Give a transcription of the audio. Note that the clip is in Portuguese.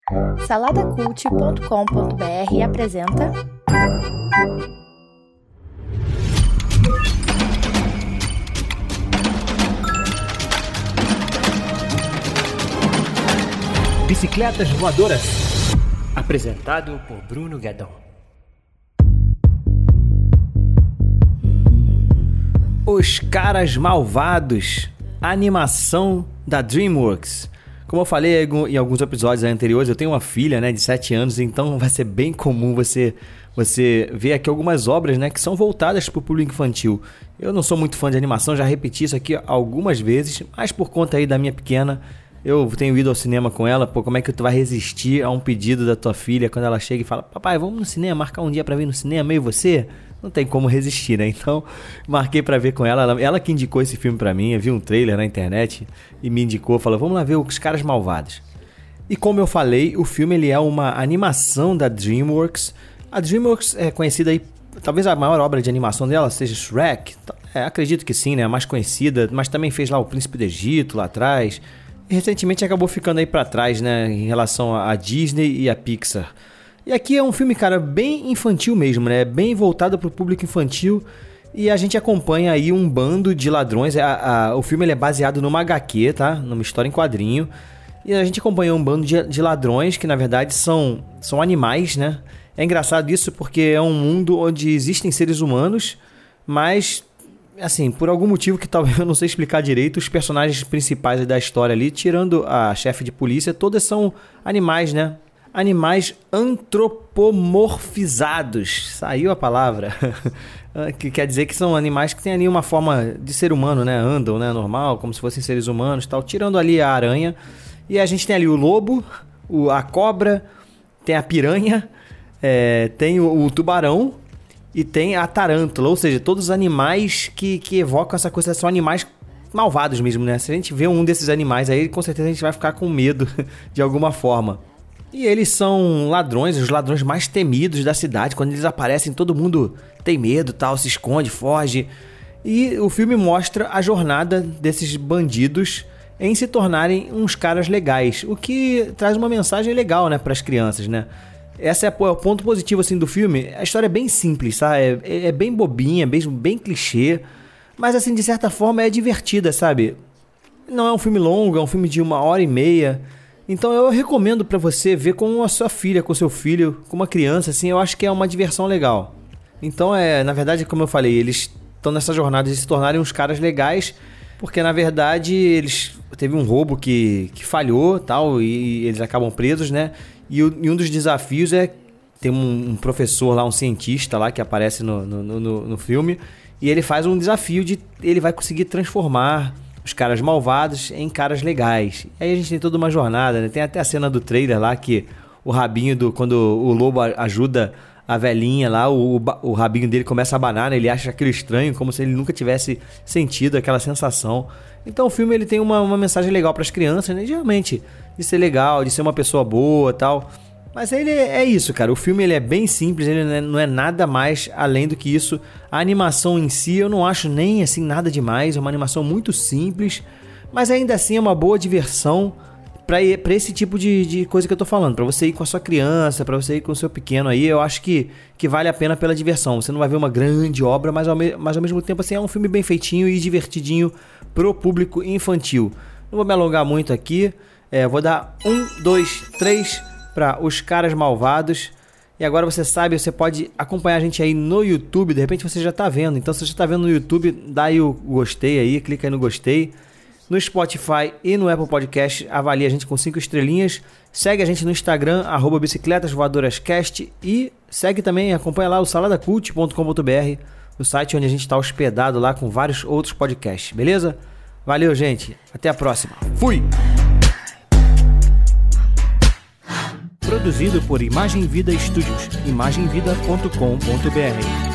Saladacult.com.br apresenta Bicicletas Voadoras, apresentado por Bruno Guedon. Os Caras Malvados, animação da DreamWorks. Como eu falei em alguns episódios anteriores, eu tenho uma filha, de 7 anos, então vai ser bem comum você ver aqui algumas obras, que são voltadas para o público infantil. Eu não sou muito fã de animação, já repeti isso aqui algumas vezes, mas por conta aí da minha pequena, eu tenho ido ao cinema com ela. Como é que tu vai resistir a um pedido da tua filha quando ela chega e fala: papai, vamos no cinema, marcar um dia pra vir no cinema, eu e você? Não tem como resistir, Então, marquei pra ver com ela. Ela que indicou esse filme pra mim. Eu vi um trailer na internet e me indicou, falou: vamos lá ver Os Caras Malvados. E como eu falei, o filme ele é uma animação da DreamWorks. A DreamWorks é conhecida aí, talvez a maior obra de animação dela seja Shrek. Acredito que sim, a mais conhecida, mas também fez lá O Príncipe do Egito, lá atrás. E recentemente acabou ficando aí pra trás, em relação a Disney e a Pixar. E aqui é um filme, cara, bem infantil mesmo, bem voltado pro público infantil. E a gente acompanha aí um bando de ladrões. O filme ele é baseado numa HQ, tá? Numa história em quadrinho. E a gente acompanha um bando de ladrões que, na verdade, são animais, É engraçado isso porque é um mundo onde existem seres humanos, mas, assim, por algum motivo que talvez eu não sei explicar direito, os personagens principais da história ali, tirando a chefe de polícia, todas são animais, Animais antropomorfizados. Saiu a palavra. Que quer dizer que são animais que têm ali uma forma de ser humano, Andam, normal, como se fossem seres humanos e tal. Tirando ali a aranha. E a gente tem ali o lobo, a cobra, tem a piranha, tem o tubarão e tem a tarântula. Ou seja, todos os animais que evocam essa coisa são animais malvados mesmo, Se a gente vê um desses animais aí, com certeza a gente vai ficar com medo de alguma forma. E eles são ladrões, os ladrões mais temidos da cidade. Quando eles aparecem, todo mundo tem medo, se esconde, foge. E o filme mostra a jornada desses bandidos em se tornarem uns caras legais, o que traz uma mensagem legal, para as crianças, Esse é o ponto positivo assim do filme. A história é bem simples, sabe? É bem bobinha, bem clichê, mas assim, de certa forma é divertida, sabe? Não é um filme longo, é um filme de 1h30. Então eu recomendo pra você ver com a sua filha, com o seu filho, com uma criança, assim, eu acho que é uma diversão legal. Então na verdade, como eu falei, eles estão nessa jornada de se tornarem uns caras legais, porque na verdade teve um roubo que falhou, e eles acabam presos, E um dos desafios tem um professor lá, um cientista lá que aparece no filme, e ele faz um desafio ele vai conseguir transformar os caras malvados em caras legais. Aí a gente tem toda uma jornada, Tem até a cena do trailer lá que o rabinho quando o lobo ajuda a velhinha lá, o rabinho dele começa a abanar, Ele acha aquilo estranho, como se ele nunca tivesse sentido aquela sensação. Então o filme ele tem uma mensagem legal para as crianças, Geralmente de ser legal, de ser uma pessoa boa, tal. Mas ele é isso, cara. O filme ele é bem simples, ele não é nada mais além do que isso. A animação em si eu não acho nem assim nada demais, é uma animação muito simples, mas ainda assim é uma boa diversão para esse tipo de coisa que eu tô falando, para você ir com a sua criança, para você ir com o seu pequeno aí. Eu acho que vale a pena pela diversão. Você não vai ver uma grande obra, mas ao mesmo tempo assim, é um filme bem feitinho e divertidinho pro público infantil. Não vou me alongar muito aqui, vou dar 1, 2, 3 para Os Caras Malvados. E agora você pode acompanhar a gente aí no YouTube. De repente você já tá vendo. Então se você tá vendo no YouTube, dá aí o gostei aí, clica aí no gostei. No Spotify e no Apple Podcast, avalie a gente com 5 estrelinhas. Segue a gente no Instagram, @bicicletasvoadorascast. E segue também, acompanha lá o saladacult.com.br, o site onde a gente está hospedado lá com vários outros podcasts, beleza? Valeu, gente. Até a próxima. Fui! Produzido por Imagem Vida Studios, imagemvida.com.br.